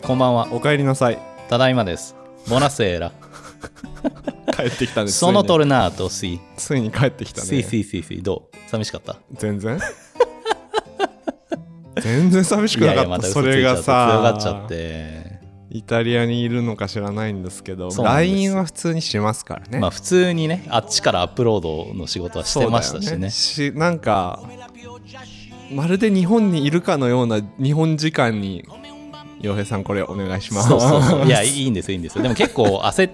こんばんは。 お帰りなさい。 ただいまです。ボナセーラ。 帰ってきたんです。 ソノトルナート、シー。 ついに帰ってきたね。 シー。どう？寂しかった？ 全然全然寂しくなかった。 またそれがさ、 強がっちゃって。 イタリアにいるのか知らないんですけど、LINE は普通にしますからね。 まあ普通にね、あっちからアップロードの仕事はしてましたしね。 なんかまるで日本にいるかのような日本時間に、洋平さんこれお願いします。 そういや、いいんですでも結構焦って、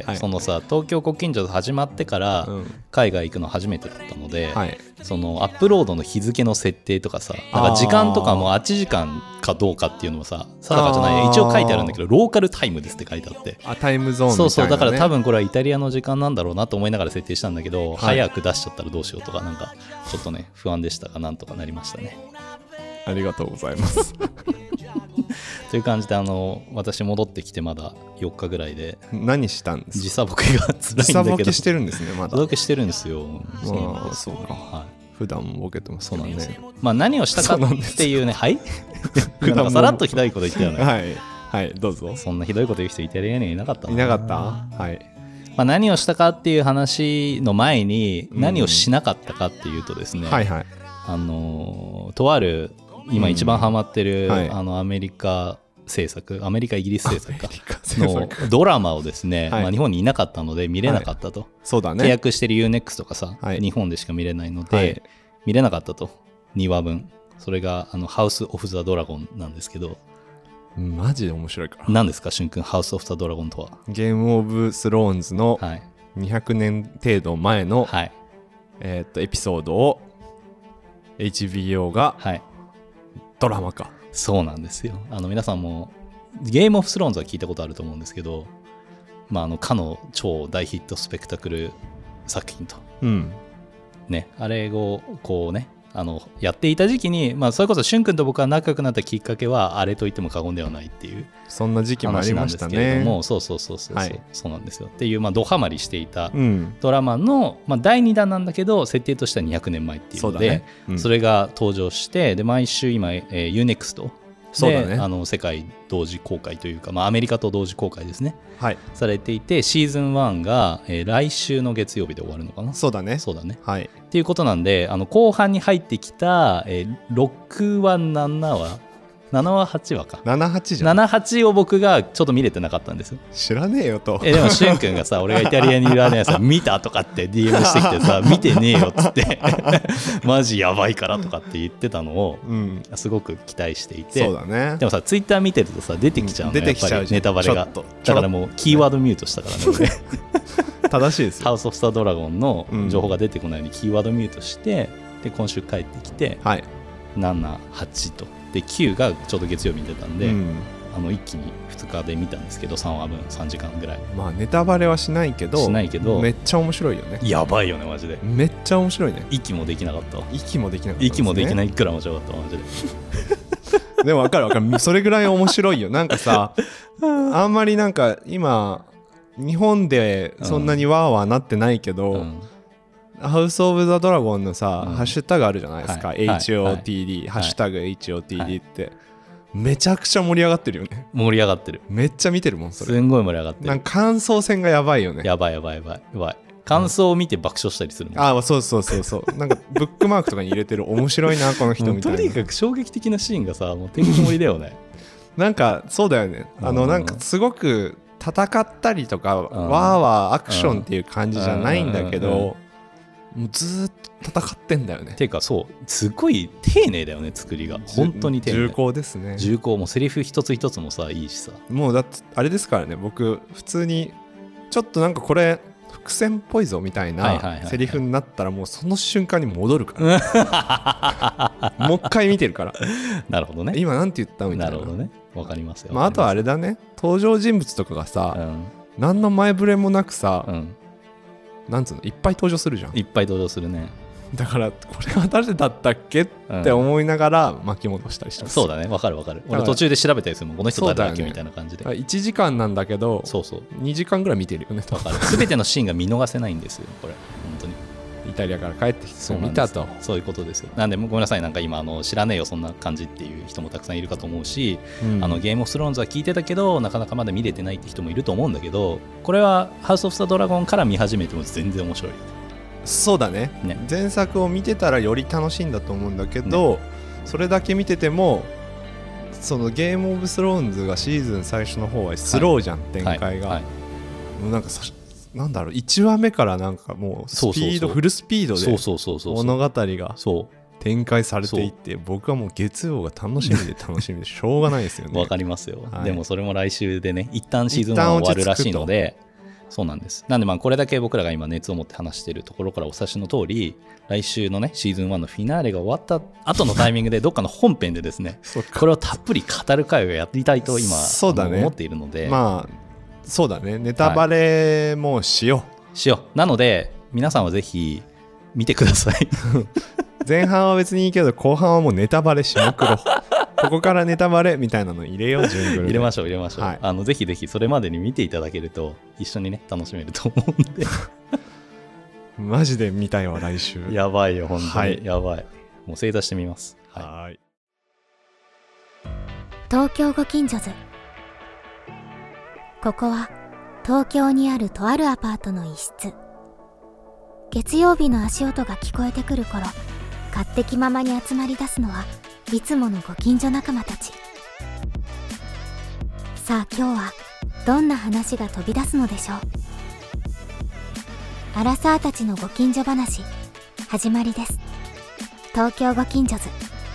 はい、そのさ、東京国近所始まってから海外行くの初めてだったので、はい、そのアップロードの日付の設定とかさ、なんか時間とかも8時間かどうかっていうのもさ、定かじゃない、一応書いてあるんだけど、ローカルタイムですって書いてあって、 タイムゾーンみたいな、ね、 そうだから多分これはイタリアの時間なんだろうなと思いながら設定したんだけど、はい、早く出しちゃったらどうしようとか、なんかちょっとね不安でしたが、なんとかなりましたね。 ありがとうございますという感じで、私戻ってきてまだ4日ぐらいで、 何したんですか？ 時差ボケが辛いんだけど。 時差ボケしてるんですね。まだ時差ボケしてるんですよ。 そうか、はい、普段もボケてますからね。 そうなんですよ。まあ何をしたかっていうね、はいなんかさらっとひどいこと言ったよね。 はいはい、どうぞ。 そんなひどいこと言う人イタリアにはいなかった。 いなかった。はい。 まあ、何をしたかっていう話の前に、何をしなかったかっていうとですね、 はいはい、 とある今一番ハマってる、はい、アメリカ制作、アメリカイギリス制作のドラマをですね、はい、まあ、日本にいなかったので見れなかったと、はい、 そうだね、 契約してる UNEXT とかさ、はい、日本でしか見れないので、はい、見れなかったと。2話分、それがハウス・オフ・ザ・ドラゴンなんですけど、 マジで面白いから。 何ですか、しゅんくん、ハウス・オフ・ザ・ドラゴンとは。 ゲーム・オブ・スローンズの200年程度前の、はい、エピソードを HBO が、はい、ドラマ化。 そうなんですよ。皆さんもゲームオフスローンズは聞いたことあると思うんですけど、まあ、かの超大ヒットスペクタクル作品と、うんね、あれをこうね、やっていた時期に、まあ、それこそしゅんくんと僕が仲良くなったきっかけはあれと言っても過言ではないっていう、 そんな時期もありましたね。話なんですけれども、 そうなんですよっていう、まあ、ドハマりしていたドラマの、まあ、第2弾なんだけど、設定としては200年前っていうので、ね、うん、それが登場して、で毎週今、UNEXT そうだね、 世界同時公開というか、まあ、アメリカと同時公開ですね、 はい、 されていて、シーズン1が、来週の月曜日で終わるのかな。 そうだね、 はい、っていうことなんで、後半に入ってきた、6話7話7話8話か 78じゃん。 78を僕がちょっと見れてなかったんですよ。 知らねえよと。 でもしゅんくんがさ、俺がイタリアにいる間にさ見たとかって DM してきてさ見てねえよっつってマジやばいからとかって言ってたのを、うん、すごく期待していて。 そうだね。 でもさ、ツイッター見てるとさ出てきちゃうの、 出てきちゃう、 やっぱりネタバレが。だからもうキーワードミュートしたからね正しいですよ。 ハウス・オフ・ザ・ドラゴンの情報が出てこないようにキーワードミュートして、で今週帰ってきて、はい、7、8とで9がちょうど月曜日に出たんで、うん、一気に2日で見たんですけど、3話分3時間ぐらい。 まあネタバレはしないけどめっちゃ面白いよね。 やばいよねマジで。 めっちゃ面白いね。 息もできなかったわ。 息もできなかった、ね、 息もできないくらい面白かったマジででも分かるそれぐらい面白いよ。なんかさあんまりなんか今日本でそんなにワーワーなってないけど、ハウス・オブ・ザ・ドラゴンのさ、ハッシュタグあるじゃないですか、HOTD、ハッシュタグ HOTD って、めちゃくちゃ盛り上がってるよね。 盛り上がってる。 めっちゃ見てるもんそれ。 すんごい盛り上がってる。 なんか感想戦がやばいよね。 やばい感想を見て爆笑したりするもん。 あ、そうなんかブックマークとかに入れてる面白いなこの人みたいな。 とにかく衝撃的なシーンがさ、もうてんこ盛りだよねなんかそうだよね。なんかすごく戦ったりとかわーわーアクションっていう感じじゃないんだけど、もうずっと戦ってんだよね。 ていうかそうすごい丁寧だよね、作りが。本当に丁寧。 重厚ですね。 重厚。もうセリフ一つ一つもさいいしさ。 もうだってあれですからね、僕普通にちょっとなんかこれ伏線っぽいぞみたいなセリフになったらもうその瞬間に戻るからもう一回見てるからなるほどね。 今なんて言ったみたいな。なるほどね、わかりますよ。 まあ、あとはあれだね、登場人物とかがさ、何の前触れもなくさ、なんつうの、いっぱい登場するじゃん。 いっぱい登場するね。 だからこれは誰だったっけって思いながら巻き戻したりしてます。 そうだね、わかる。俺途中で調べたりするもん、この人誰だっけみたいな感じで。 1時間なんだけど、2時間ぐらい見てるよね。 わかる。全てのシーンが見逃せないんですよこれ本当に。 イタリアから帰ってきて見たと。 そういうことですよ。なんでごめんなさい、なんか今知らねえよそんな感じっていう人もたくさんいるかと思うし、ゲームオフスローンズは聞いてたけどなかなかまだ見れてないって人もいると思うんだけど、これはハウスオフザドラゴンから見始めても全然面白い。 そうだ ね前作を見てたらより楽しいんだと思うんだけど、それだけ見ててもそのゲームオブスローンズがシーズン最初の方はスローじゃん、展開が、もうなんかなんだろう、1話目からなんかもうスピードフルスピードで物語が展開されていって、僕はもう月曜が楽しみでしょうがないですよね。 わかりますよ、でもそれも来週でね一旦シーズン1終わるらしいので、そうなんです。なんでまあこれだけ僕らが今熱を持って話しているところからお察しの通り、来週のねシーズン1のフィナーレが終わった後のタイミングでどっかの本編でですねこれをたっぷり語る回をやりたいと今思っているので、 まあそうだね、ネタバレもしよう、なので皆さんはぜひ見てください前半は別にいいけど後半はもうネタバレしまくろうここからネタバレみたいなの入れよう、順繰り入れましょう、はい、ぜひぜひそれまでに見ていただけると一緒にね楽しめると思うんでマジで見たいわ来週。 やばいよ本当に、はい、やばい。もう正座してみます。 はい。 東京ご近所図。ここは東京にあるとあるアパートの一室。月曜日の足音が聞こえてくる頃、勝手気ままに集まり出すのはいつものご近所仲間たち。さあ今日はどんな話が飛び出すのでしょう。アラサーたちのご近所話、始まりです。東京ご近所図。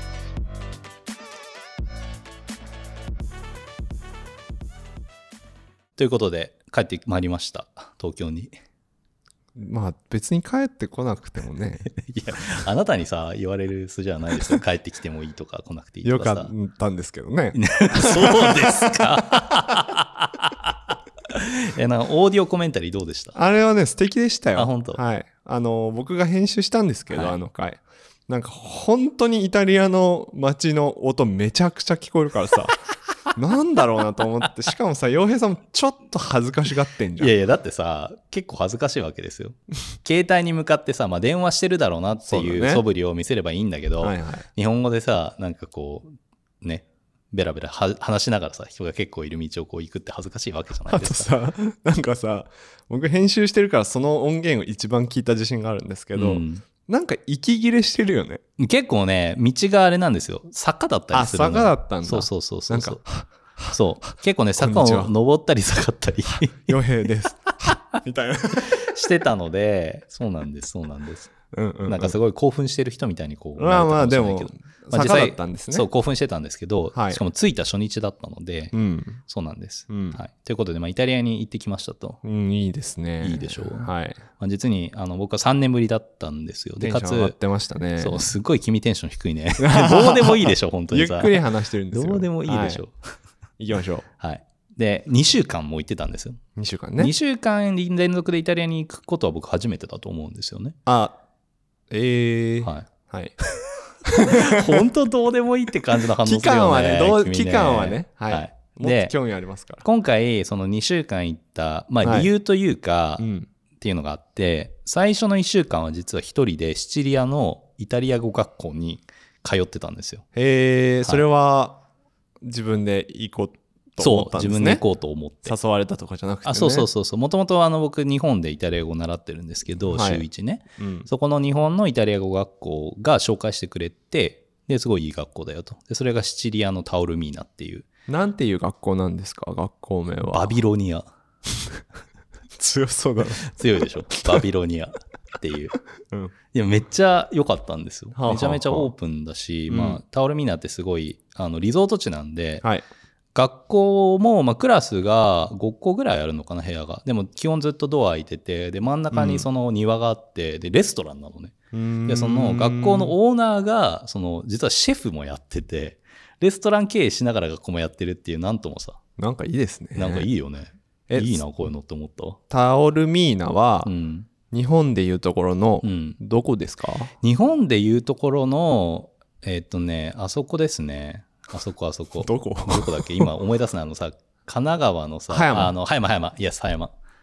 ということで帰ってまいりました、東京に。 まあ別に帰ってこなくてもねいやあなたにさ言われる筋はないですよ帰ってきてもいいとか来なくていいとかさ。 よかったんですけどねそうですかなんかオーディオコメンタリーどうでした？ あれはね素敵でしたよ。 あ、本当。 はい。僕が編集したんですけど、はい、あの回なんか本当にイタリアの街の音めちゃくちゃ聞こえるからさなんだろうなと思って、しかもさ洋平さんもちょっと恥ずかしがってんじゃん。 いやいやだってさ結構恥ずかしいわけですよ携帯に向かってさ、まあ、電話してるだろうなっていう素振りを見せればいいんだけど、はいはい、日本語でさなんかこうねベラベラ話しながらさ人が結構いる道をこう行くって恥ずかしいわけじゃないですか。 あとさなんかさ僕編集してるからその音源を一番聞いた自信があるんですけど、なんか息切れしてるよね。 結構ね道があれなんですよ、坂だったりするの。 坂だったんだ。 そうなんかそう結構ね坂を登ったり下がったり洋平ですみたいなしてたので、そうなんですなんかすごい興奮してる人みたいにこうまあまあでも坂だったんですね。 そう興奮してたんですけど、はい、しかも着いた初日だったので、そうなんです、はい、ということで、まあ、イタリアに行ってきましたと。 いいですね。 いいでしょう。 はい、 まあ、実に僕は3年ぶりだったんですよ。 でかつテンション上がってましたね。 そうすごい君テンション低いねどうでもいいでしょ本当にさゆっくり話してるんですよ。 どうでもいいでしょ、 行きましょう。 はい。で2週間も行ってたんですよ。 2週間ね。 2週間連続でイタリアに行くことは僕初めてだと思うんですよね。 はいはい。 本当どうでもいいって感じの反応するよね。 期間はね、はい。もっと興味ありますから。 今回その2週間行った、まあ、理由というか、っていうのがあって、最初の1週間は実は一人でシチリアのイタリア語学校に通ってたんですよ。 へえ、それは自分で行こうと思ったんですね。そう、自分で行こうと思って。 誘われたとかじゃなくてね。 そう。もともと僕日本でイタリア語を習ってるんですけど、週1ね、そこの日本のイタリア語学校が紹介してくれて、ですごいいい学校だよと。でそれがシチリアのタオルミーナっていう。 なんていう学校なんですか、学校名は。 バビロニア強そうだな。 強いでしょバビロニアっていう、いやめっちゃ良かったんですよ。めちゃめちゃオープンだし、まあ、タオルミーナってすごいリゾート地なんで、学校も、まあ、クラスが5個ぐらいあるのかな、部屋が。でも基本ずっとドア開いてて、で真ん中にその庭があって、でレストランなのね。でその学校のオーナーが実はシェフもやってて、レストラン経営しながら学校もやってるっていう、なんともさ、 なんかいいですね。 なんかいいよね。いいなこういうのって思ったわ。 タオルミーナは、日本でいうところの、どこですか？ 日本でいうところのあそこですね。あそこどこだっけ今思い出すな。さ神奈川のさ葉山イエス葉山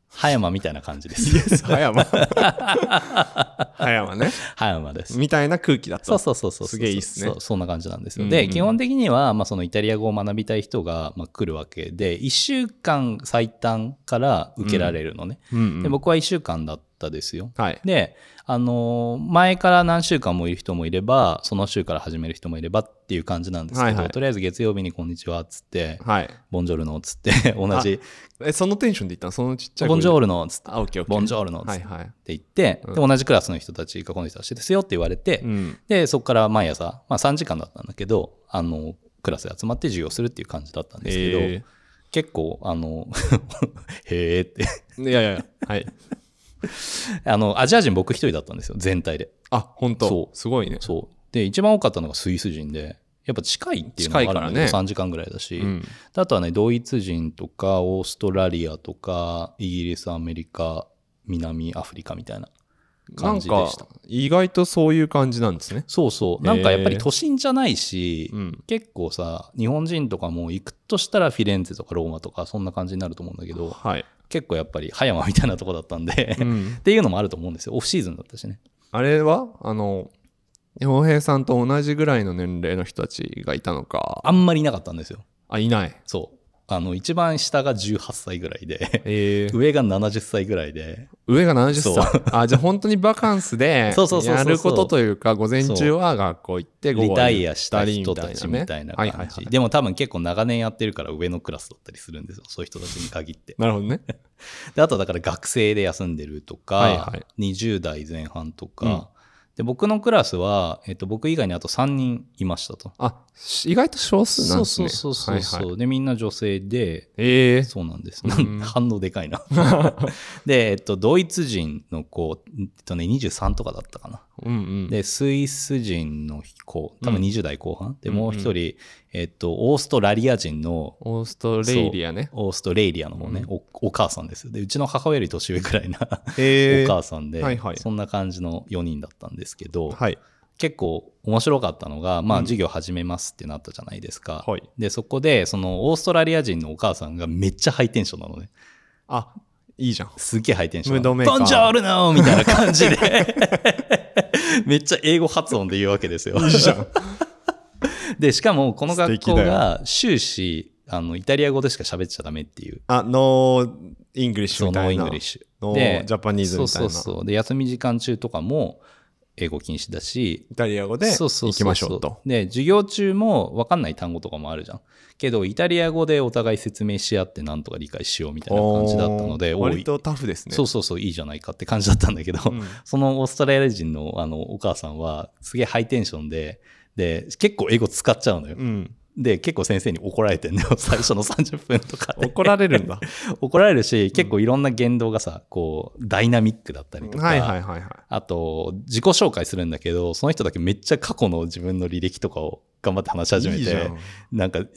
葉山みたいな感じです。 イエス葉山葉山ね。 葉山です。 みたいな空気だった。 そう。 すげえいいっすね。 そんな感じなんですよ。で、基本的には、そのイタリア語を学びたい人が、来るわけで、1週間最短から受けられるのね。で、僕は1週間だったですよ。 はい。 で、前から何週間もいる人もいれば、その週から始める人もいればっていう感じなんですけど、とりあえず月曜日にこんにちはっつって、ボンジョルノっつって同じ。 そのテンションで言ったの？そのちっちゃいボンジョルノっつって、ボンジョルノっつって言って、で同じクラスの人たちがこの人たちですよって言われて、でそこから毎朝、3時間だったんだけど、クラスで集まって授業するっていう感じだったんですけど、結構へーっていやはい。 アジア人僕一人だったんですよ、全体で。 あ、本当。そう、すごいね。 そうで一番多かったのがスイス人で、やっぱ近いっていうのがあるので、3時間ぐらいだし、あとはね、ドイツ人とかオーストラリアとかイギリス、アメリカ、南アフリカみたいな感じでした。 なんか意外とそういう感じなんですね。 そうなんかやっぱり都心じゃないし、結構さ、日本人とかも行くとしたらフィレンツェとかローマとかそんな感じになると思うんだけど、結構やっぱり葉山みたいなとこだったんで、っていうのもあると思うんですよ。オフシーズンだったしね。 あれは洋平さんと同じぐらいの年齢の人たちがいたのか。 あんまりいなかったんですよ。 あ、いない。 そう。一番下が18歳ぐらいで、上が70歳ぐらいで。 上が70歳。あ、じゃあ本当にバカンスでやることというか、午前中は学校行って、午後リタイアした人たちみたいな感じ。でも多分結構長年やってるから上のクラスだったりするんですよ。そういう人たちに限って。 なるほどね。 で、あとだから学生で休んでるとか、20代前半とか、で僕のクラスは、僕以外にあと3人いましたと。 あ、意外と少数なんですね。 そう。でみんな女性で、そうなんです。反応でかいな。で、ドイツ人の子、23とかだったかな。でスイス人の子、多分20代後半、でもう一人、オーストラリア人のオーストレイリアね。 オーストレイリアの方ね、お母さんです。でうちの母親より年上くらいなお母さんで、そんな感じの4人だったんですけど、結構面白かったのが、授業始めますってなったじゃないですか。でそこでそのオーストラリア人のお母さんがめっちゃハイテンションなのね。 あ、いいじゃん。 すっげえハイテンション。 ムードメーカー。 ボンジョールノーみたいな感じでめっちゃ英語発音で言うわけですよ。 いいじゃん。 でしかもこの学校が終始イタリア語でしか喋っちゃダメっていう。 ノーイングリッシュみたいな。 ノーイングリッシュ。 ノージャパニーズみたいな。 そう。で休み時間中とかも英語禁止だし、 イタリア語で行きましょうと。 で授業中も分かんない単語とかもあるじゃん。けどイタリア語でお互い説明し合ってなんとか理解しようみたいな感じだったので、 割とタフですね。 そういいじゃないかって感じだったんだけど、そのオーストラリア人のお母さんはすげえハイテンションで結構英語使っちゃうのよ。で結構先生に怒られてんのよ、最初の30分とかで。 怒られるんだ。 怒られるし、結構いろんな言動がさ、こうダイナミックだったりとか、あと自己紹介するんだけど、その人だけめっちゃ過去の自分の履歴とかを頑張って話し始めて、なんか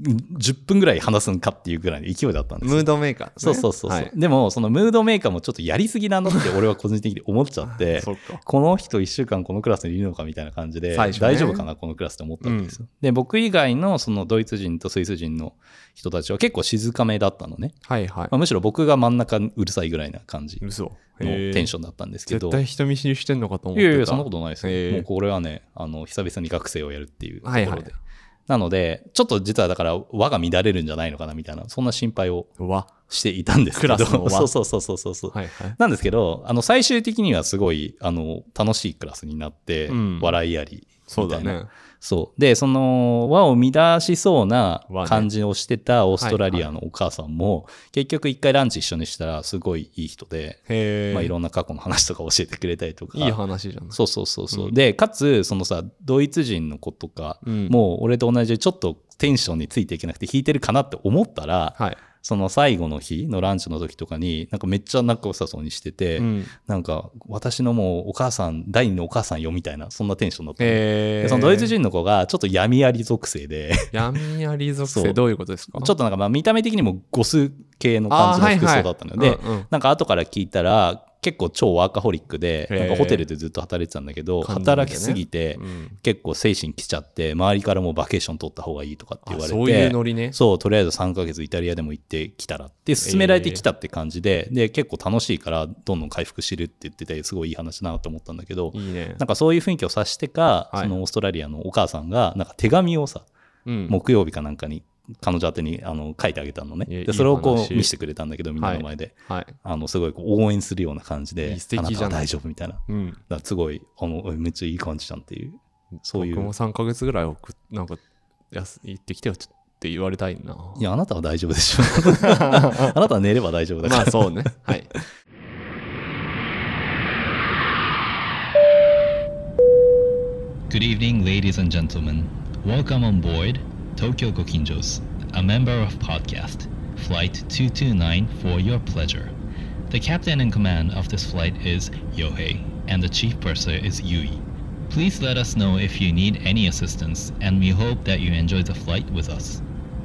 10分ぐらい話すんかっていうぐらいの勢いだったんですよ。 ムードメーカーですね。 そう、でもそのムードメーカーもちょっとやりすぎなのって俺は個人的に思っちゃってこの人1週間このクラスにいるのかみたいな感じで、大丈夫かなこのクラスって思ったわけですよ。で僕以外のそのドイツ人とスイス人の人たちは結構静かめだったのね。むしろ僕が真ん中うるさいぐらいな感じのテンションだったんですけど、 絶対人見知りしてんのかと思ってた。 いやそんなことないですよ。もうこれはね久々に学生をやるっていうところで、なのでちょっと実はだから輪が乱れるんじゃないのかなみたいな、そんな心配をしていたんですけど、クラスの輪そう、なんですけど最終的にはすごい楽しいクラスになって、笑いありみたいな。そうでその輪を乱しそうな感じをしてたオーストラリアのお母さんも、結局一回ランチ一緒にしたらすごいいい人で、いろんな過去の話とか教えてくれたりとか。 いい話じゃん。 そう、でかつそのさドイツ人の子とか、もう俺と同じでちょっとテンションについていけなくて弾いてるかなって思ったら、その最後の日のランチの時とかになんかめっちゃ仲良さそうにしてて、なんか私のもうお母さん第二のお母さんよみたいな、そんなテンションだった、でそのドイツ人の子がちょっと闇あり属性で闇あり属性どういうことですか？ ちょっとなんか見た目的にもゴス系の感じの服装だったので、なんか後から聞いたら結構超ワーカホリックでなんかホテルでずっと働いてたんだけど、働きすぎて結構精神きちゃって周りからもバケーション取った方がいいとかって言われて、 そういうノリね。 そうとりあえず3ヶ月イタリアでも行ってきたらって勧められてきたって感じで、で結構楽しいからどんどん回復してるって言っててすごいいい話だなと思ったんだけど、 いいね。 なんかそういう雰囲気を察してか、そのオーストラリアのお母さんがなんか手紙をさ、木曜日かなんかに彼女宛てに書いてあげたのね。でそれをこう見せてくれたんだけどみんなの前で、すごいこう応援するような感じで、あなたは大丈夫みたいな、だからすごいめっちゃいい感じじゃんっていう、そういう。 僕も3ヶ月ぐらいなんか行ってきてよって言われたいな。 いやあなたは大丈夫でしょあなたは寝れば大丈夫だから。 まあそうね。はい。 Good evening, ladies and gentlemen. Welcome on board Tokyo Gokinjos, a member of podcast, Flight 229 for your pleasure. The captain in command of this flight is Yohei, and the chief purser is Yui. Please let us know if you need any assistance, and we hope that you enjoy the flight with us.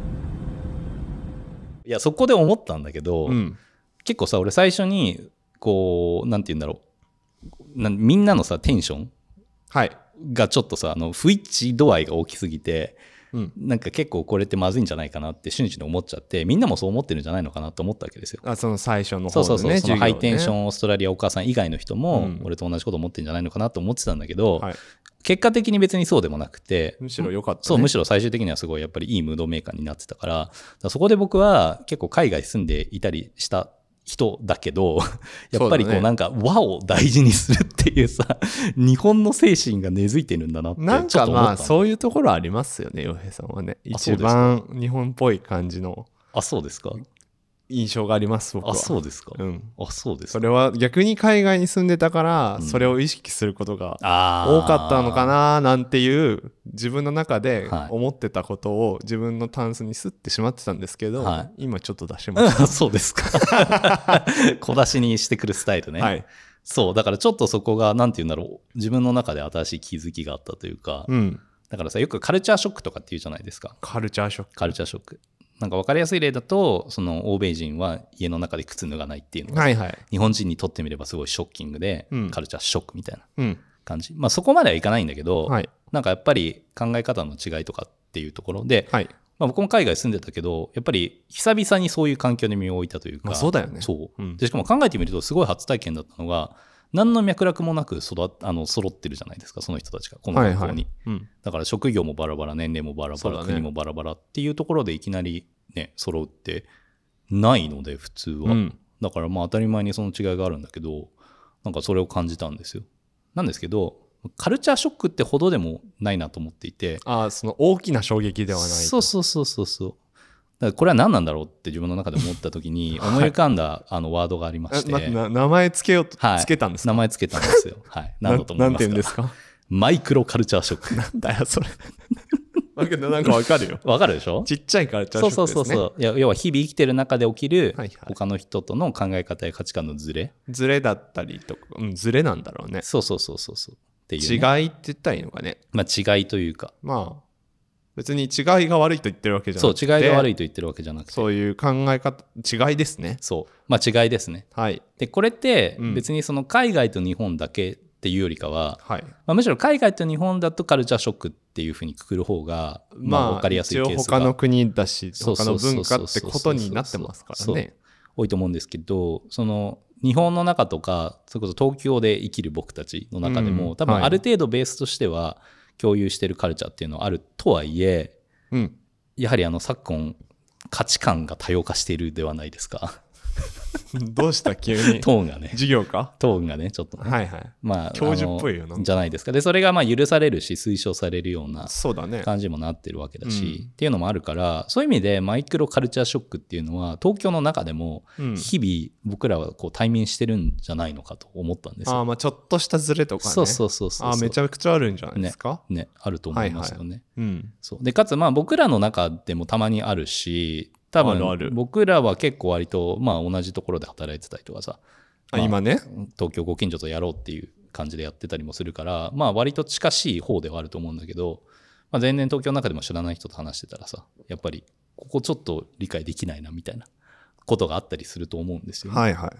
いや、そこで思ったんだけど、結構さ、俺最初に、こう、なんて言うんだろう、みんなのさ、テンションがちょっとさ、不一致度合いが大きすぎて、なんか結構これってまずいんじゃないかなって瞬時に思っちゃって、みんなもそう思ってるんじゃないのかなと思ったわけですよ。 その最初の方でね。そのハイテンションオーストラリアお母さん以外の人も俺と同じこと思ってるんじゃないのかなと思ってたんだけど、結果的に別にそうでもなくて、 むしろ良かった、ね。 そう、むしろ最終的にはすごいやっぱりいいムードメーカーになってたから、そこで僕は結構海外住んでいたりした人だけど、やっぱりこうなんか和を大事にするっていうさ、日本の精神が根付いてるんだなってちょっと思った。 なんかまあそういうところありますよね、洋平さんはね。一番日本っぽい感じの。 あ、そうですか。 印象があります、僕は。 あ、そうですか。あ、そうですか。 それは逆に海外に住んでたから、それを意識することが多かったのかななんていう自分の中で思ってたことを自分のタンスにすってしまってたんですけど、今ちょっと出しました。 そうですか。小出しにしてくるスタイルね。そう、だからちょっとそこがなんて言うんだろう、自分の中で新しい気づきがあったというか、だからさ、よくカルチャーショックとかって言うじゃないですか。 カルチャーショック。 なんか分かりやすい例だと、その欧米人は家の中で靴脱がないっていうのが、日本人にとってみればすごいショッキングで、カルチャーショックみたいな感じ。まあそこまではいかないんだけど、なんかやっぱり考え方の違いとかっていうところで、まあ、僕も海外住んでたけど、やっぱり久々にそういう環境に身を置いたというか、 そうだよね。 そう。でしかも考えてみるとすごい初体験だったのが、何の脈絡もなく揃ってるじゃないですか、その人たちがこの学校に、だから職業もバラバラ、年齢もバラバラ、国もバラバラっていうところでいきなりね揃うってないので普通は、だからまあ当たり前にその違いがあるんだけど、なんかそれを感じたんですよ。なんですけどカルチャーショックってほどでもないなと思っていて、 その大きな衝撃ではない。 そうだからこれは何なんだろうって自分の中で思った時に思い浮かんだワードがありまして、 名前つけようと、つけたんですか？ 名前つけたんですよ。はい。何だと思いますか？ なんて言うんですか？ マイクロカルチャーショック。 なんだよそれ。なんかわかるよ。 わかるでしょ？ ちっちゃいカルチャーショックですね。 そう。要は日々生きてる中で起きる他の人との考え方や価値観のズレだったりとか、ズレなんだろうね。 そうっていう、 違いって言ったらいいのかね。 まあ違いというか。 まあ別に違いが悪いと言ってるわけじゃなくて、 そう、違いが悪いと言ってるわけじゃなくて、 そういう考え方、違いですね。 そう、まあ違いですね。でこれって別にその海外と日本だけっていうよりかは、まあ、むしろ海外と日本だとカルチャーショックっていうふうにくくる方がまあ分かりやすいケースが、 一応他の国だし他の文化ってことになってますからね。 多いと思うんですけど、その日本の中とかそれこそ東京で生きる僕たちの中でも、多分ある程度ベースとしては共有してるカルチャーっていうのはあるとはいえ、やはり昨今価値観が多様化しているではないですか。 どうした急にトーンがね、 授業かトーンがねちょっとね、 はいはい、 まあ教授っぽいよなじゃないですか。でそれがまあ許されるし推奨されるようなそうだね感じもなってるわけだし、っていうのもあるから、そういう意味でマイクロカルチャーショックっていうのは東京の中でも日々僕らはこう対面してるんじゃないのかと思ったんですよ。 まあちょっとしたズレとかね、 そうめちゃくちゃあるんじゃないですか。 ねあると思いますよね。そうでかつまあ僕らの中でもたまにあるし、多分僕らは結構割とまあ同じところで働いてたりとかさ、 今ね東京ご近所とやろうっていう感じでやってたりもするから、まあ割と近しい方ではあると思うんだけど、まあ、全然東京の中でも知らない人と話してたらさ、やっぱりここちょっと理解できないなみたいなことがあったりすると思うんですよね。 はいはい。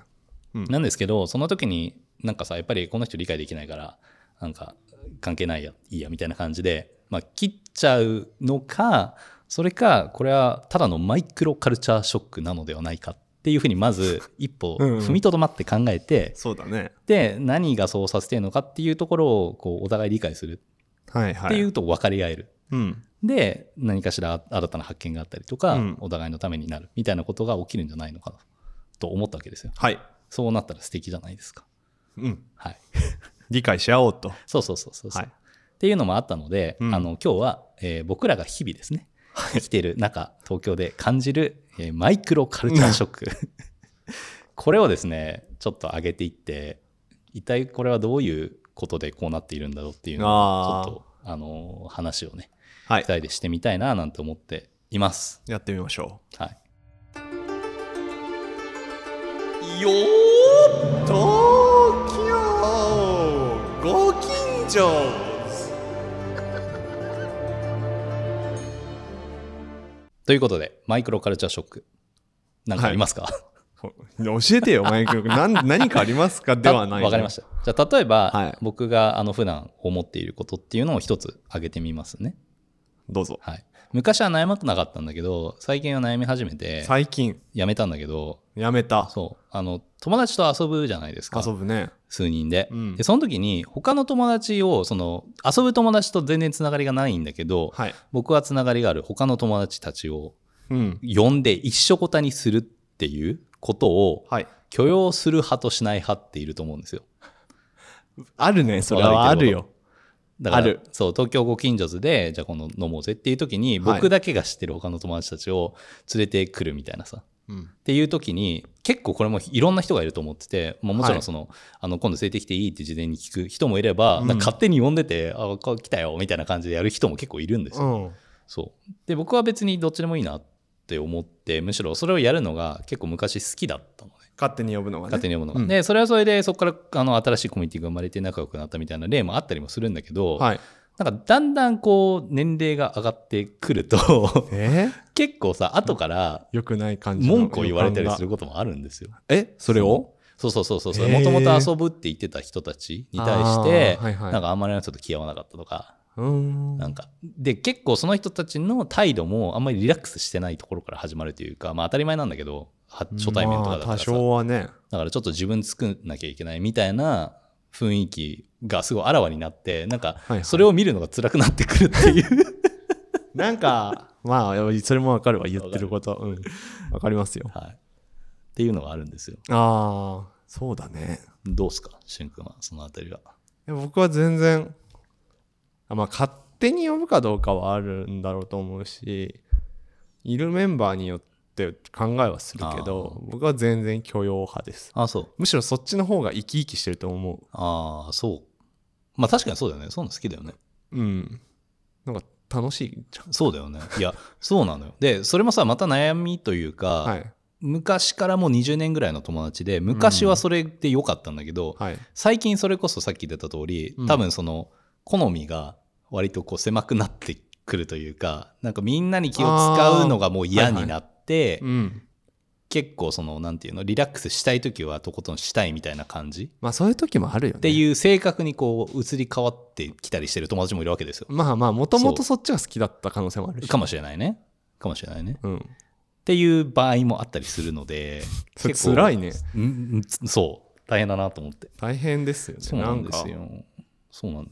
なんですけどその時になんかさやっぱりこの人理解できないからなんか関係ないやいいやみたいな感じで、切っちゃうのかそれかこれはただのマイクロカルチャーショックなのではないかっていうふうにまず一歩踏みとどまって考えてそうだね。 で何がそうさせてるのかっていうところをこうお互い理解するっていうと分かり合える、で何かしら新たな発見があったりとか、お互いのためになるみたいなことが起きるんじゃないのかなと思ったわけですよ。 はい。 そうなったら素敵じゃないですか。はい。 理解し合おうと。 そう、はい、っていうのもあったので、今日は、僕らが日々ですね生きている中東京で感じる、マイクロカルチャーショックこれをですねちょっと上げていって一体これはどういうことでこうなっているんだろうっていうのをちょっと話をね、2人でしてみたいななんて思っています。 やってみましょう。はい。 よー東京ご近所ということでマイクロカルチャーショック何かありますか？ 教えてよマイクロ何かありますかではない。 わかりました。じゃあ例えば、僕が普段思っていることっていうのを一つ挙げてみますね。 どうぞ。 はい。昔は悩まなかったんだけど最近は悩み始めて最近やめたんだけどやめた。 そう友達と遊ぶじゃないですか。 遊ぶね。 数人で、でその時に他の友達を遊ぶ友達と全然つながりがないんだけど、僕はつながりがある他の友達たちを呼んで一緒ごたにするっていうことを許容する派としない派っていると思うんですよ。 あるね。それはあるよ。 だからそう東京ご近所図でじゃあ飲もうぜっていう時に僕だけが知ってる他の友達たちを連れてくるみたいなさ、っていう時に結構これもいろんな人がいると思ってて、もちろん今度連れてきていいって事前に聞く人もいれば、なんか勝手に呼んでて来たよみたいな感じでやる人も結構いるんですよ。そうで僕は別にどっちでもいいなって思ってむしろそれをやるのが結構昔好きだったのね。 勝手に呼ぶのがね。 勝手に呼ぶのが、でそれはそれでそこから新しいコミュニティが生まれて仲良くなったみたいな例もあったりもするんだけど、なんかだんだんこう年齢が上がってくると結構さ後から良くない感じ文句を言われたりすることもあるんですよ。 それをそうもともと遊ぶって言ってた人たちに対してなんかあんまりちょっと気合わなかったとか、なんかで結構その人たちの態度もあんまりリラックスしてないところから始まるというか、当たり前なんだけど初対面とかだったらさ、 多少はね、 だからちょっと自分作んなきゃいけないみたいな雰囲気がすごいあらわになって、なんかそれを見るのが辛くなってくるっていうなんかそれも分かるわ言ってること、分かりますよ、 っていうのがあるんですよ。 そうだね。 どうすかしゅんくんはそのあたりは。 僕は全然勝手に呼ぶかどうかはあるんだろうと思うし、いるメンバーによって考えはするけど、僕は全然許容派です。 そうむしろそっちの方が生き生きしてると思う。そう確かにそうだよね。そういうの好きだよね。 なんか楽しいじゃん。 そうだよね。いやそうなのよ。でそれもさまた悩みというか、昔からもう20年ぐらいの友達で昔はそれで良かったんだけど、最近それこそさっき出た通り多分好みが割とこう狭くなってくるというか、なんかみんなに気を使うのがもう嫌になって、結構なんていうのリラックスしたい時はとことんしたいみたいな感じ、 そういう時もあるよねっていう性格にこう移り変わってきたりしてる友達もいるわけですよ。 もともとそっちが好きだった可能性もあるし、 かもしれないね、っていう場合もあったりするのでそれ辛いね。 そう大変だなと思って。 大変ですよね。 そうなんですよ。そうなんです。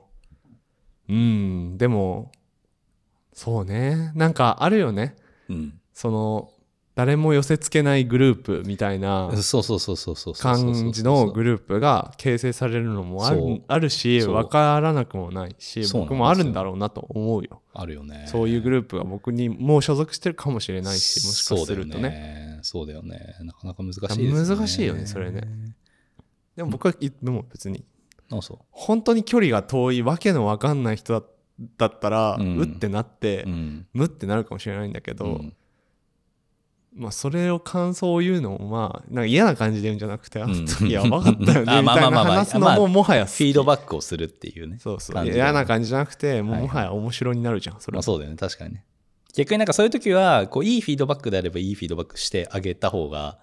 でもそうね、なんかあるよね、誰も寄せ付けないグループみたいな感じのグループが形成されるのもあるし、分からなくもないし、僕もあるんだろうなと思うよ。 あるよね。 そういうグループが僕にもう所属してるかもしれないし、もしかするとね。 そうだよね。なかなか難しいですね。 難しいよねそれね。でも僕はでも別に本当に距離が遠いわけの分かんない人だったらうってなってむってなるかもしれないんだけど、それを感想を言うのもなんか嫌な感じで言うんじゃなくて、いや分かったよねみたいな話すのももはやフィードバックをするっていうね。 嫌な感じじゃなくてもはや面白になるじゃんそれは。 そうだよね確かにね。逆になんかそういう時はこういいフィードバックであればいいフィードバックしてあげた方が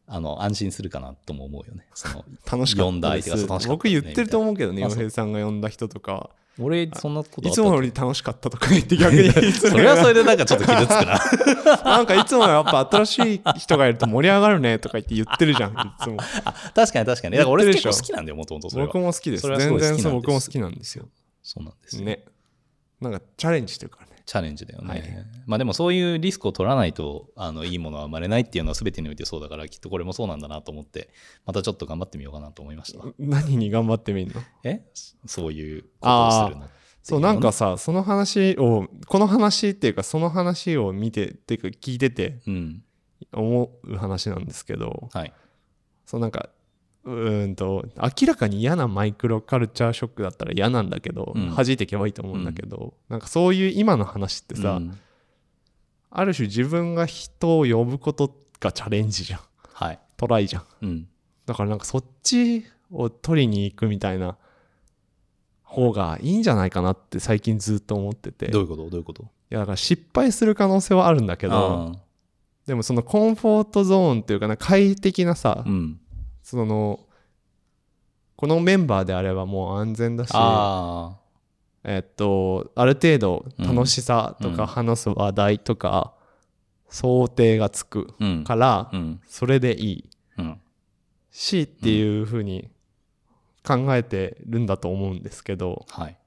安心するかなとも思うよね。 楽しかったです。 呼んだ相手が楽しかった、ね、 僕言ってると思うけどね、洋平さんが呼んだ人とか。 俺そんなことあったっけ？ いつもより楽しかったとか言って逆にそれはそれでなんかちょっと傷つくな。 なんかいつもやっぱ新しい人がいると盛り上がるねとか言ってるじゃん、いつも。 確かに。だから俺結構好きなんだよ、もともと。 僕も好きです。全然僕も好きなんですよ。 そうなんですよね。なんかチャレンジしてるからね。 チャレンジだよね、はい、まあでもそういうリスクを取らないといいものは生まれないっていうのは全てにおいてそうだから、きっとこれもそうなんだなと思って、またちょっと頑張ってみようかなと思いました。 何に頑張ってみるの？ そういうことをするの。 そうなんかさ、この話っていうかその話を見てっていうか聞いてて思う話なんですけど、 はい、 そうなんか明らかに嫌なマイクロカルチャーショックだったら嫌なんだけど、弾いていけばいいと思うんだけど、なんかそういう今の話ってさ、ある種自分が人を呼ぶことがチャレンジじゃん、 はい、 トライじゃん、だからなんかそっちを取りに行くみたいな方がいいんじゃないかなって最近ずっと思ってて。 どういうこと？いやだから失敗する可能性はあるんだけど、でもそのコンフォートゾーンっていうかな、快適なさ、このメンバーであればもう安全だし、ある程度楽しさとか話す話題とか想定がつくからそれでいいしっていうふうに考えてるんだと思うんですけど、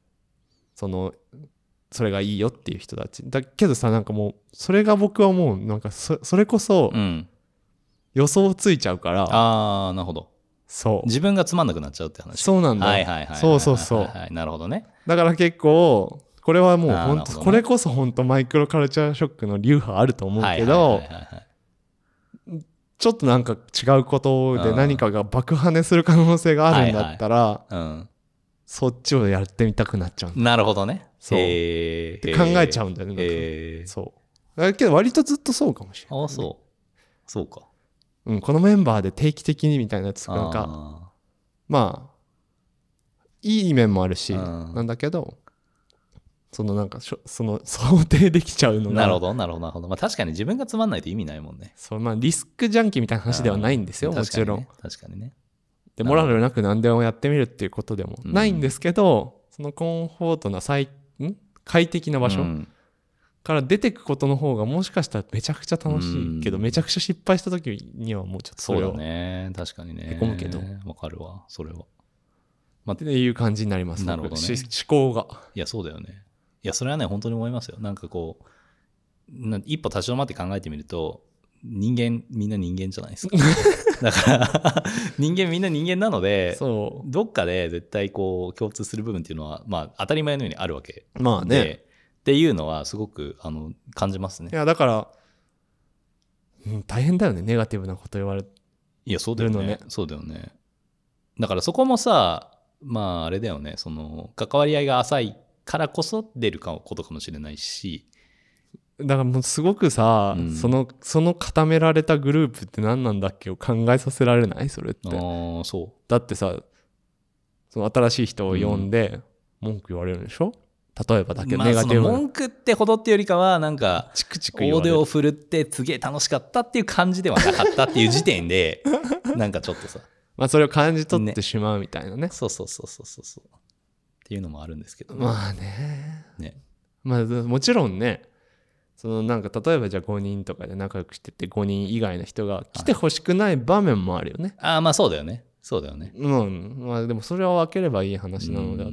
それがいいよっていう人たちだけどさ、なんかもうそれが僕はもうなんかそれこそ予想ついちゃうから、 なるほど。 そう自分がつまんなくなっちゃうって話。 そうなんだよ。そうなるほどね。 だから結構これはもう本当、これこそ本当マイクロカルチャーショックの流派あると思うけど、ちょっとなんか違うことで何かが爆跳ねする可能性があるんだったら、そっちをやってみたくなっちゃうんだ。 なるほどね。 そうって考えちゃうんだよね。そうだけど割とずっとそうかもしれない。 そうか。 このメンバーで定期的にみたいなやつなんかまあいい面もあるしなんだけど、なんかその想定できちゃうのが。 なるほど。まあ確かに自分がつまんないと意味ないもんね。 まあリスクジャンキーみたいな話ではないんですよ、もちろん。 確かにね。 でモラルなく何でもやってみるっていうことでもないんですけど、そのコンフォートな快適な場所から出てくことの方がもしかしたらめちゃくちゃ楽しいけど、めちゃくちゃ失敗した時にはもうちょっとそうだね、確かにね。 へこむけどわかるわ、それは。 っていう感じになります。 なるほどね。 思考が。 いやそうだよね。いやそれはね本当に思いますよ。なんかこう一歩立ち止まって考えてみると、みんな人間じゃないですか。だからみんな人間なので、どっかで絶対こう共通する部分っていうのはまあ当たり前のようにあるわけで、 まあね、 っていうのはすごく感じますね。 いやだから、大変だよね、ネガティブなこと言われるのね。 いやそうだよね。そうだよね。だからそこもさ、まああれだよね、関わり合いが浅いからこそ出ることかもしれないし。 だからもうすごくさ、その固められたグループって何なんだっけを考えさせられない？それって。だってさ、その新しい人を呼んで文句言われるんでしょ？例えばだけど、ネガティブな。 文句ってほどってよりかはなんか大手を振るってすげえ楽しかったっていう感じではなかったっていう時点でなんかちょっとさ、 まあそれを感じ取ってしまうみたいなね。 そうっていうのもあるんですけど、 まあね。まあもちろんね、なんか例えばじゃあ5人とかで仲良くしてて5人以外の人が来てほしくない場面もあるよね。 まあそうだよね。 まあでもそれは分ければいい話なのであって、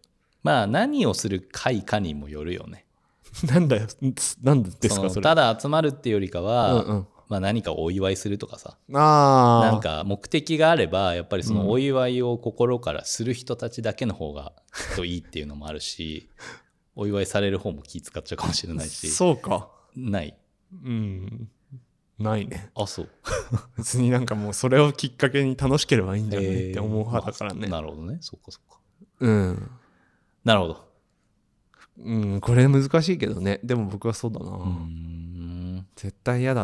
まあ何をする会かにもよるよね。 なんですかそれ。 ただ集まるっていうよりかは、まあ何かお祝いするとかさ、 なんか目的があればやっぱりそのお祝いを心からする人たちだけの方がきっといいっていうのもあるし、お祝いされる方も気使っちゃうかもしれないし。 そうか。 ない。 ないね。 そう。 別になんかもうそれをきっかけに楽しければいいんじゃないって思う派だからね。 なるほどね。そうか。 なるほど。 これ難しいけどね。でも僕はそうだな。絶対嫌だ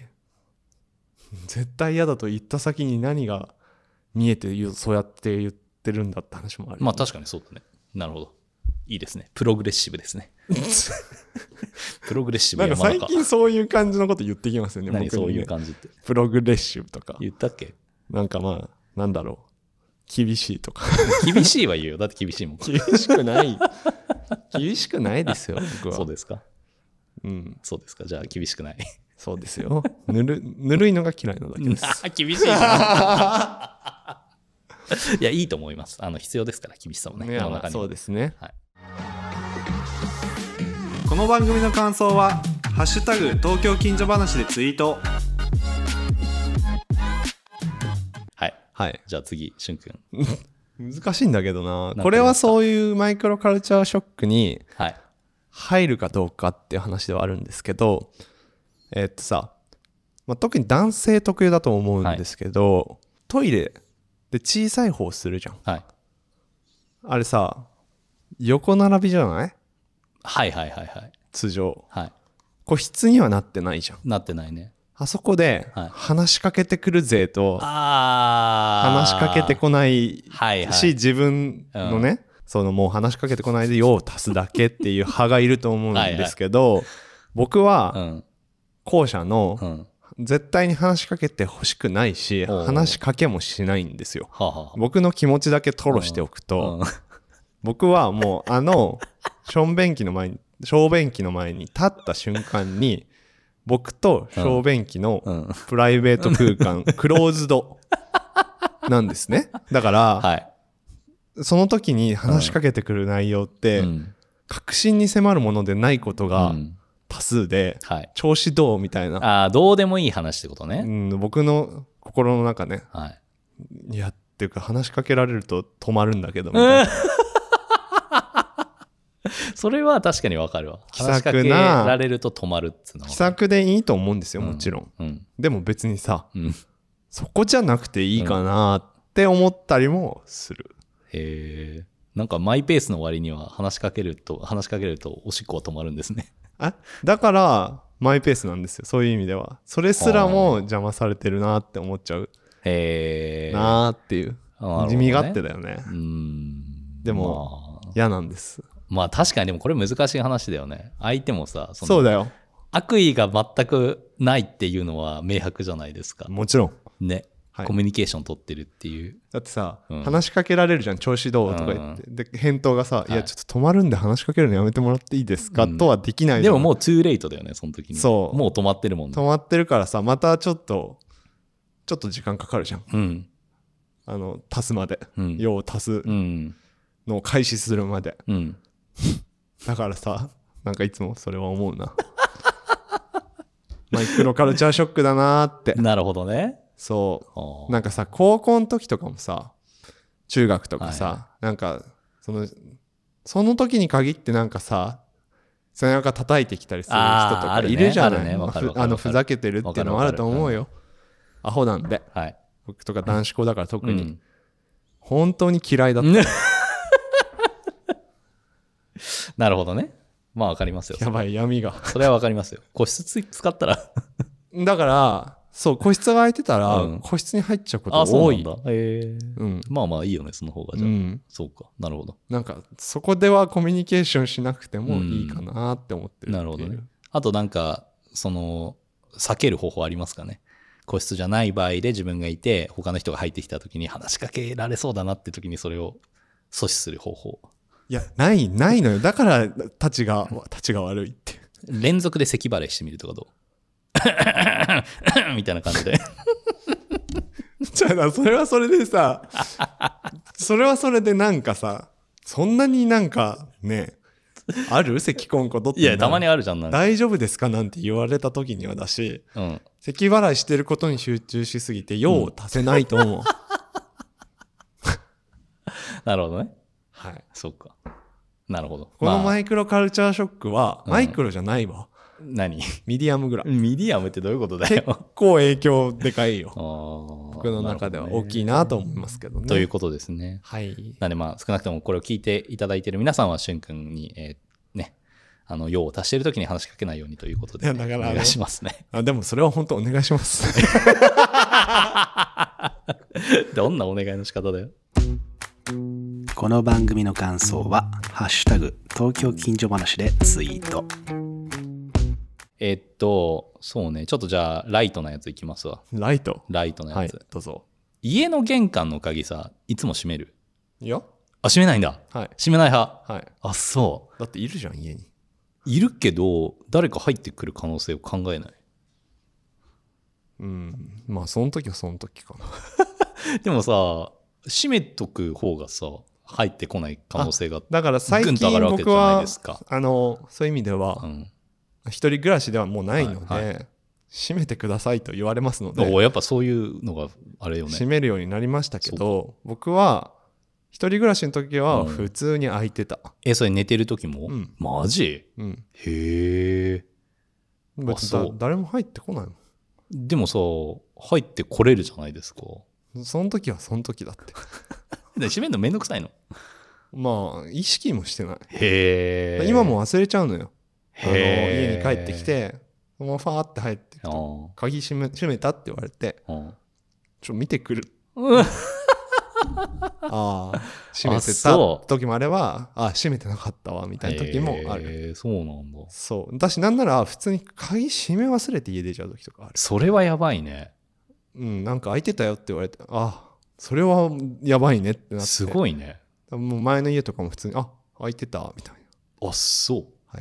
と言った先に何が見えてそうやって言ってるんだって話もある、 まあ確かにそうだね。なるほど。いいですね。プログレッシブですね。 プログレッシブなん山中。 か最近そういう感じのこと言ってきますよね。 何そう僕にねいう感じって。 プログレッシブとか。 言ったっけ？ なんかまあ、なんだろう。厳しいとか。 厳しいは言うよ。だって厳しいもん。 厳しくない。厳しくないですよ、僕は。 そうですか。 うん。 そうですか。じゃあ厳しくない。 そうですよ。ぬるいのが嫌いなだけです。 厳しいな。いや、いいと思います。必要ですから、厳しさもね。 いや、まあ、そうですね。 はい。 この番組の感想は、ハッシュタグ東京近所話でツイート。 はい。 はい。 じゃあ次、しゅんくん。 難しいんだけどな。これはそういうマイクロカルチャーショックに入るかどうかっていう話ではあるんですけど、まあ、特に男性特有だと思うんですけど、はい、トイレで小さい方するじゃん。はい。あれさ、横並びじゃない？ はいはいはいはい。 通常。 はい。 個室にはなってないじゃん。 なってないね。 あそこで話しかけてくる勢と話しかけてこないし、自分のね、そのもう話しかけてこないで用を足すだけっていう派がいると思うんですけど、僕は後者の絶対に話しかけてほしくないし、話しかけもしないんですよ。僕の気持ちだけ吐露しておくと、僕はもう小便器の前に立った瞬間に僕と小便器のプライベート空間、クローズドなんですね。だから、はい、その時に話しかけてくる内容って、確信に迫るものでないことが多数で、はい、調子どうみたいな。 どうでもいい話ってことね。 僕の心の中ね。はい、いや、っていうか話しかけられると止まるんだけど、みたいな。 それは確かにわかるわ。話しかけられると止まるっつうのは。 気さくでいいと思うんですよ、もちろん。でも別にさ、そこじゃなくていいかなって思ったりもする。 へえ。なんかマイペースの割には話しかけるとおしっこは止まるんですね。 だからマイペースなんですよ、そういう意味では。それすらも邪魔されてるなって思っちゃう。へえ。なーっていう。身勝手だよね。でも、嫌なんです。 まあ確かにでもこれ難しい話だよね。相手もさ、 そうだよ。 悪意が全くないっていうのは明白じゃないですか。 もちろん。 ね。はい、コミュニケーション取ってるっていう。 だってさ、話しかけられるじゃん、調子どうとか言って。で、返答がさ、いや、ちょっと止まるんで話しかけるのやめてもらっていいですか、とはできないじゃん。 でももうトゥーレイトだよね、その時に。そう。もう止まってるもんね。 止まってるからさ、またちょっと時間かかるじゃん。足すまで。用を足すのを開始するまで。だからさ、なんかいつもそれは思うな。マイクロカルチャーショックだなーって。 なるほどね。 そう。なんかさ、高校の時とかもさ、中学とかさ、なんか、その時に限ってなんかさ、背中叩いてきたりする人とかいるじゃない。ふざけてるっていうのもあると思うよ。アホなんで。僕とか男子校だから特に。本当に嫌いだった。 なるほどね。まあ分かりますよ。 やばい、闇が。 それは分かりますよ。個室使ったら。 だから、そう、個室が空いてたら、個室に入っちゃうことが多い。 そうなんだ。まあまあいいよね、その方が。じゃあ、そうか。なるほど。 なんか、そこではコミュニケーションしなくてもいいかなって思ってる。 なるほどね。あとなんか、避ける方法ありますかね。個室じゃない場合で自分がいて、他の人が入ってきた時に話しかけられそうだなって時にそれを阻止する方法。 いや、ないのよ。だから、たちが悪いって。 連続で咳払いしてみるとかどうみたいな感じで。 じゃあ、それはそれでさ、それはそれでなんかさ、そんなになんかね、ある咳コンことって。 いや、たまにあるじゃん。 大丈夫ですかなんて言われた時にはだし、咳払いしてることに集中しすぎて用を足せないと思う。 なるほどね。 はい。 そうか。なるほど。 このマイクロカルチャーショックは、マイクロじゃないわ。 何？ ミディアムぐらい。 ミディアムってどういうことだよ。 結構影響でかいよ。僕の中では大きいなと思いますけどね。 ということですね。 はい。 なんでまあ少なくともこれを聞いていただいている皆さんはしゅんくんに、用を足しているときに話しかけないようにということで、お願いしますね。 でもそれは本当お願いします。 どんなお願いの仕方だよ。 この番組の感想はハッシュタグ東京近所話でツイート。 そうね、ちょっとじゃあライトなやついきますわ。 ライトなやつ、 はい、どうぞ。 家の玄関の鍵さ、いつも閉める？ いや、 閉めないんだ。 はい、 閉めない派。 はい、 あ、そう。 だっているじゃん、家に。 いるけど誰か入ってくる可能性を考えない？ まあその時はその時かな。 でもさ、閉めとく方がさ入ってこない可能性がだから最近僕はそういう意味では、一人暮らしではもうないので、閉めてくださいと言われますので、 やっぱそういうのがあれよね。 閉めるようになりましたけど、僕は一人暮らしの時は普通に開いてた。 それ寝てる時も？マジ？へえ。 別に誰も入ってこないもん。 でもさ、入ってこれるじゃないですか。 その時はその時だって。 で閉めるのめんどくさいの？ まあ意識もしてない。 へえ。 今も忘れちゃうのよ。家に帰ってきて、もうファーって入ってくと、鍵閉めたって言われて、見てくる。閉めてた時もあれば、閉めてなかったわみたいな時もある。 そうなんだ。 そう。私なんなら普通に鍵閉め忘れて家出ちゃう時とかある。 それはやばいね。 なんか開いてたよって言われて、それはやばいねってなって。 すごいね。 もう前の家とかも普通に、開いてたみたいな。 そう。 はい。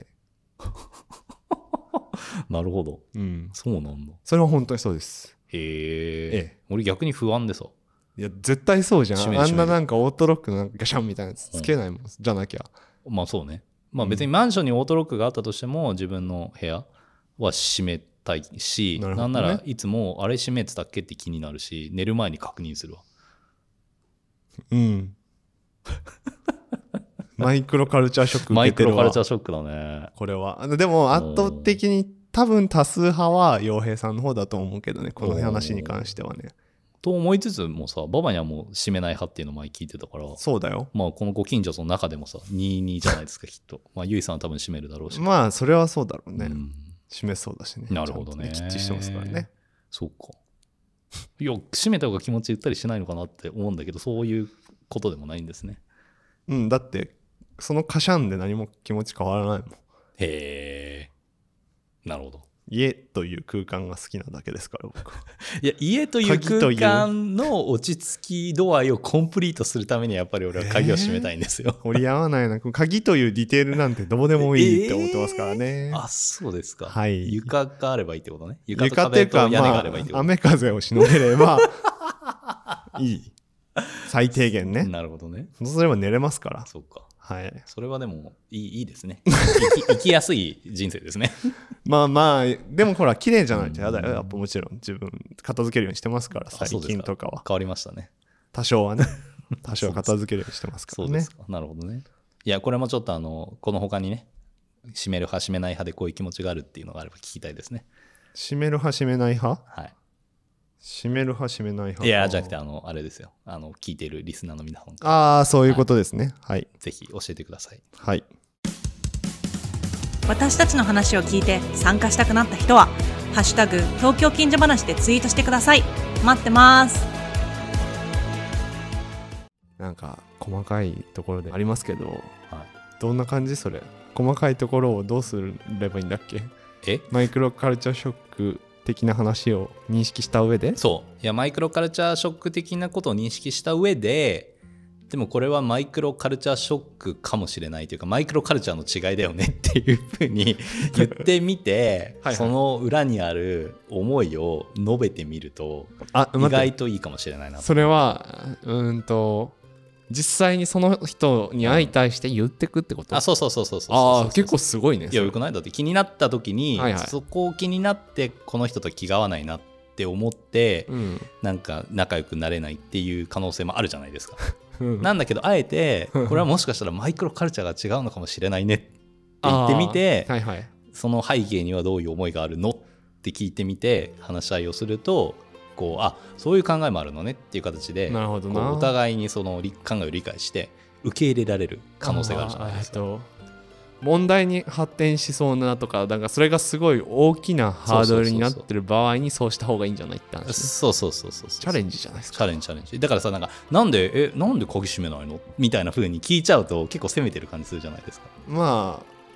なるほど。そうなんだ。 それは本当にそうです。 へえ。俺逆に不安でさ。 いや絶対そうじゃん。あんななんかオートロックのガシャンみたいなやつつけないもん、じゃなきゃ。 まあそうね。まあ別にマンションにオートロックがあったとしても自分の部屋は閉めたいし、なんならいつもあれ閉めてたっけって気になるし、寝る前に確認するわ。 マイクロカルチャーショック受けてるわ。 マイクロカルチャーショックだね。 これは。でも圧倒的に多分多数派は洋平さんの方だと思うけどね、この話に関してはね。 と思いつつもさ、ババにはもう閉めない派っていうのを前聞いてたから。 そうだよ。 まあこのご近所の中でもさ、2-2じゃないですかきっと。まあゆいさんは多分閉めるだろうし。 まあそれはそうだろうね。閉めそうだしね。 なるほどね。 きっちりしてますからね。 そうか。いや、閉めた方が気持ちゆったりしないのかなって思うんだけど、そういうことでもないんですね。 だってそのカシャンで何も気持ち変わらないもん。 へえ。なるほど。 家という空間が好きなだけですから僕は。 いや、家という空間の落ち着き度合いをコンプリートするためにやっぱり俺は鍵を閉めたいんですよ。 折り合わないな。鍵というディテールなんてどうでもいいって思ってますからね。 そうですか。 はい。 床があればいいってことね。床と壁と屋根があればいいってこと。 雨風をしのげればいい。最低限ね。 なるほどね。 そうすれば寝れますから。 そうか。 はい。 それはでもいいですね。生きやすい人生ですね。 まあでもほら綺麗じゃないとやだよ。やっぱもちろん自分片付けるようにしてますから最近とかは。 変わりましたね。 多少はね。多少片付けるようにしてますからね。 そうですか。なるほどね。いやこれもちょっとこの他にね、閉める派閉めない派でこういう気持ちがあるっていうのがあれば聞きたいですね。 閉める派閉めない派？ はい。 閉める派閉めない派。 いやじゃなくてあれですよ。聞いているリスナーの皆さん。 そういうことですね。はい。 ぜひ教えてください。 はい。 私たちの話を聞いて参加したくなった人はハッシュタグ東京近所話でツイートしてください。待ってます。 なんか細かいところでありますけど、どんな感じそれ？細かいところをどうすればいいんだっけ？マイクロカルチャーショック的な話を認識した上で？ そういやマイクロカルチャーショック的なことを認識した上で、でもこれはマイクロカルチャーショックかもしれないというかマイクロカルチャーの違いだよねっていうふうに言ってみてはい、その裏にある思いを述べてみると意外といいかもしれないな。 それは実際にその人に相対して言ってくってこと？ そう結構すごいね。 いやよくない？だって気になった時に、 はいはい、 そこを気になってこの人と気が合わないなって思って、なんか仲良くなれないっていう可能性もあるじゃないですか。なんだけどあえてこれはもしかしたらマイクロカルチャーが違うのかもしれないねって言ってみて、 はいはい、 その背景にはどういう思いがあるのって聞いてみて話し合いをするとこうそういう考えもあるのねっていう形でなるほどな、 お互いにその考えを理解して受け入れられる可能性があるじゃないですか。 問題に発展しそうなとか、だからそれがすごい大きなハードルになってる場合にそうした方がいいんじゃないって話、ね、そうチャレンジじゃないですか。 チャレンジだからさ、なんで鍵閉めないのみたいな風に聞いちゃうと結構責めてる感じするじゃないですか。 まあ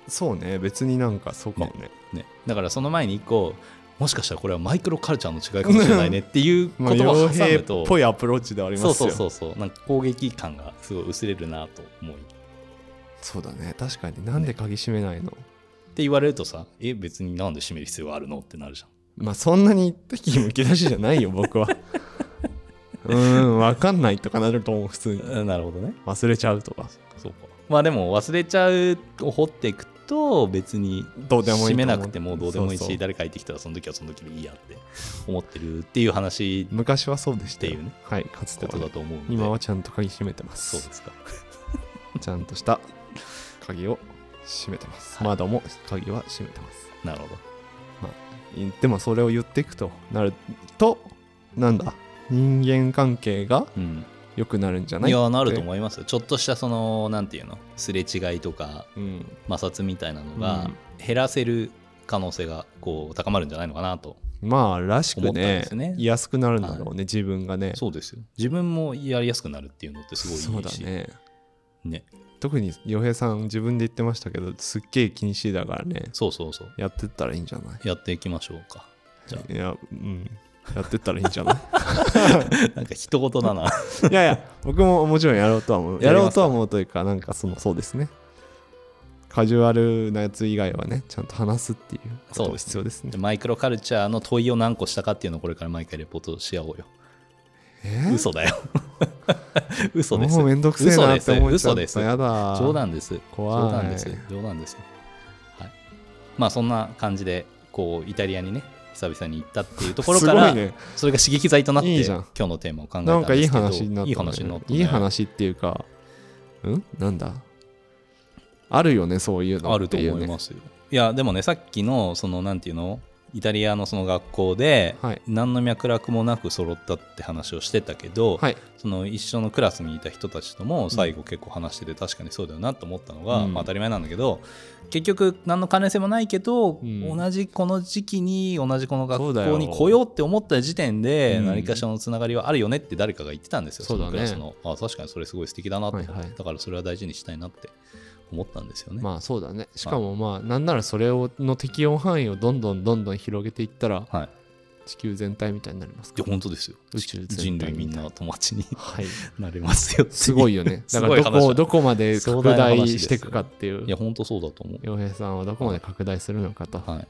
そうね、別になんかそうかもね。 だからその前に一個もしかしたらこれはマイクロカルチャーの違いかもしれないねっていう言葉を挟むとっぽいアプローチではありますよ。 そうなんか攻撃感がすごい薄れるなと思い。 そうだね、確かに。なんで鍵閉めないの、 って言われるとさ、別になんで閉める必要があるのってなるじゃん。 まあそんなに敵むき出しじゃないよ僕は。分かんないとかなると思う、普通に。 なるほどね。 忘れちゃうとか。 そうか。まあでも忘れちゃうを掘っていくと別に閉めなくてもどうでもいいし、誰か入ってきたらその時はその時でいいやって思ってるっていう話。 昔はそうでしたよっていうね。 はい、かつては、 ことだと思うんで。 今はちゃんと鍵閉めてます。 そうですか。 ちゃんとした鍵を閉めてます。 はい、 窓も鍵は閉めてます。 なるほど。 まあ、でもそれを言っていくとなると、なんだ、人間関係が良くなるんじゃない？ いや、なると思いますよ。ちょっとしたそのなんていうの、すれ違いとか、摩擦みたいなのが減らせる可能性がこう高まるんじゃないのかなと。 まあらしくね、言いやすくなるんだろうね、 はい、 自分がね。 そうですよ。自分もやりやすくなるっていうのってすごいいいし。 そうだね。 ね。 特に洋平さん自分で言ってましたけど、すっげえ禁止だからね。 そうやってったらいいんじゃない？ やっていきましょうか。じゃあ。 いや、やってったらいいんじゃない？ なんか一言だな。 いや僕ももちろんやろうとは思う。やろうとは思うというか、なんかそうですね。カジュアルなやつ以外はね、ちゃんと話すっていうことが必要ですね。 マイクロカルチャーの問いを何個したかっていうのをこれから毎回レポートし合おうよ。嘘だよ。嘘です。 もうめんどくせえなって思っちゃった。 嘘です。 やだ。 冗談です。 怖い。 冗談ですよ。はい。まあそんな感じでこうイタリアにね久々に行ったっていうところから、ね、それが刺激剤となって今日のテーマを考えたんですけど、 なんかいい話になった、ね。 いい話になった、ね。 いい話っていうか、なんだ。あるよね、そういうのっていう、ね。 あると思いますよ。いやでもね、さっきのそのなんていうの、イタリアのその学校で何の脈絡もなく揃ったって話をしてたけど、はい、その一緒のクラスにいた人たちとも最後結構話してて確かにそうだよなと思ったのが、まあ、当たり前なんだけど、結局何の関連性もないけど、同じこの時期に同じこの学校に来ようって思った時点で何かしらのつながりはあるよねって誰かが言ってたんですよ、そのクラスの。確かにそれすごい素敵だなと思って、はいはい、だからそれは大事にしたいなって思ったんですよね。 まあそうだね。しかもまあなんならそれの適用範囲をどんどん広げていったら、はい、地球全体みたいになりますから。 いや本当ですよ。 宇宙全体人類みんな友達に、はい、なれますよって。 すごいよね。だからどこまで拡大していくかっていう。 いや本当そうだと思う。 洋平さんはどこまで拡大するのかと。はい。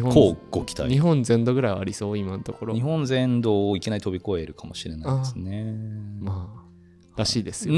こうご期待。 日本全土ぐらいはありそう今のところ。 日本全土をいきなり飛び越えるかもしれないですね。 まあらしいですよ。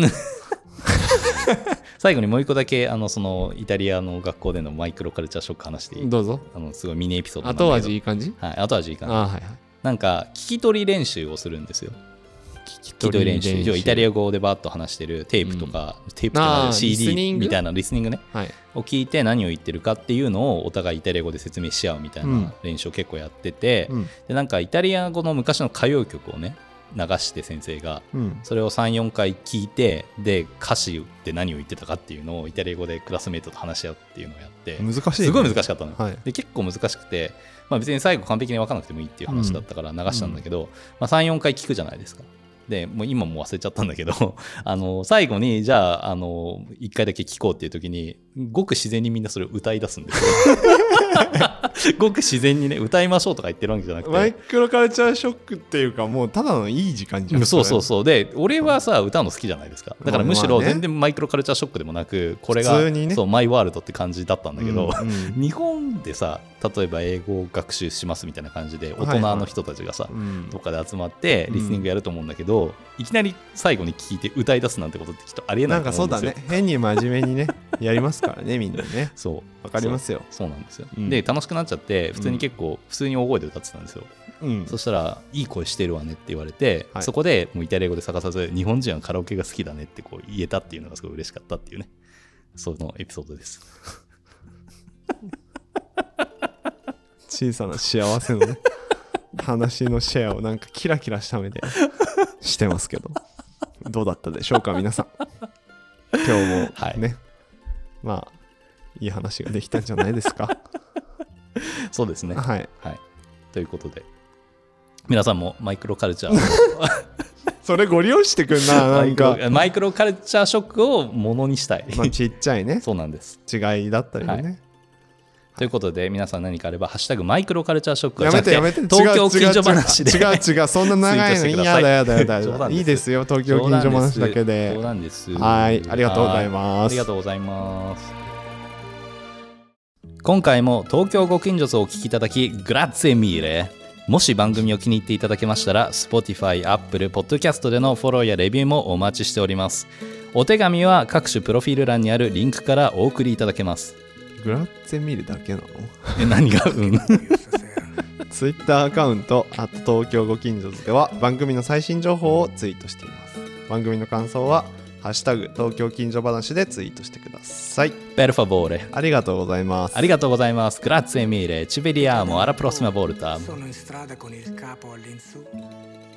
最後にもう一個だけそのイタリアの学校でのマイクロカルチャーショック話していい？ どうぞ。 すごいミニエピソードなんだけど。 後味いい感じ？ はい、後味いい感じ。 はいはい。 なんか聞き取り練習をするんですよ。聞き取り練習。イタリア語でバーッと話してるテープとか、テープとか CD みたいなリスニングね、はい、を聞いて何を言ってるかっていうのをお互いイタリア語で説明し合うみたいな練習を結構やってて、でなんかイタリア語の昔の歌謡曲をね流して先生が、それを 3,4 回聞いて、で歌詞って何を言ってたかっていうのをイタリア語でクラスメートと話し合うっていうのをやって、 難しいね、 すごい難しかったのよ、 はい、 で結構難しくて、まあ、別に最後完璧に分からなくてもいいっていう話だったから流したんだけど、まあ、3,4 回聞くじゃないですか。でもう今も忘れちゃったんだけど最後にじゃあ1回だけ聞こうっていう時にごく自然にみんなそれを歌い出すんですよごく自然にね歌いましょうとか言ってるわけじゃなくて、 マイクロカルチャーショックっていうかもうただのいい時間じゃん。 そうで俺はさ歌うの好きじゃないですか。だからむしろ全然マイクロカルチャーショックでもなく、これが普通に、ね、そうマイワールドって感じだったんだけど、日本でさ例えば英語を学習しますみたいな感じで大人の人たちがさ、どっかで集まってリスニングやると思うんだけど、いきなり最後に聞いて歌い出すなんてことってきっとありえないと思うんですよ。 なんかそうだね、変に真面目にねやりますからねみんなね。 そうわかりますよ。 そうなんですよ、で楽しくなっちゃって普通に結構普通に大声で歌ってたんですよ、そしたらいい声してるわねって言われて、そこでもうイタリア語で探さず日本人はカラオケが好きだねってこう言えたっていうのがすごい嬉しかったっていうね、そのエピソードです小さな幸せのね話のシェアをなんかキラキラした目でしてますけどどうだったでしょうか皆さん。今日もね、はい、まあいい話ができたんじゃないですかそうですね、 はい、 はい、ということで皆さんもマイクロカルチャーをそれご利用してくんな、なんかマイクロカルチャーショックをものにしたい。 まあちっちゃいねそうなんです。 違いだったりね、はい、 ということで皆さん何かあればハッシュタグマイクロカルチャーショックやめてやめて、 東京近所話で違うそんな長いのやだいいですよ、東京近所話だけで。 そうなんです。 はい、ありがとうございます。 ありがとうございます。今回も東京ご近所図をお聞きいただきグラッツェミーレ。もし番組を気に入っていただけましたら Spotify、Apple、Podcast でのフォローやレビューもお待ちしております。お手紙は各種プロフィール欄にあるリンクからお送りいただけます。 グラッツェミーレだけなの？ 何が Twitter アカウント東京ご近所図では番組の最新情報をツイートしています。番組の感想はハッシュタグ東京近所話でツイートしてください。 Per favore。 ありがとうございます。 ありがとうございます。Grazie mille。Ci vediamo alla prossima volta。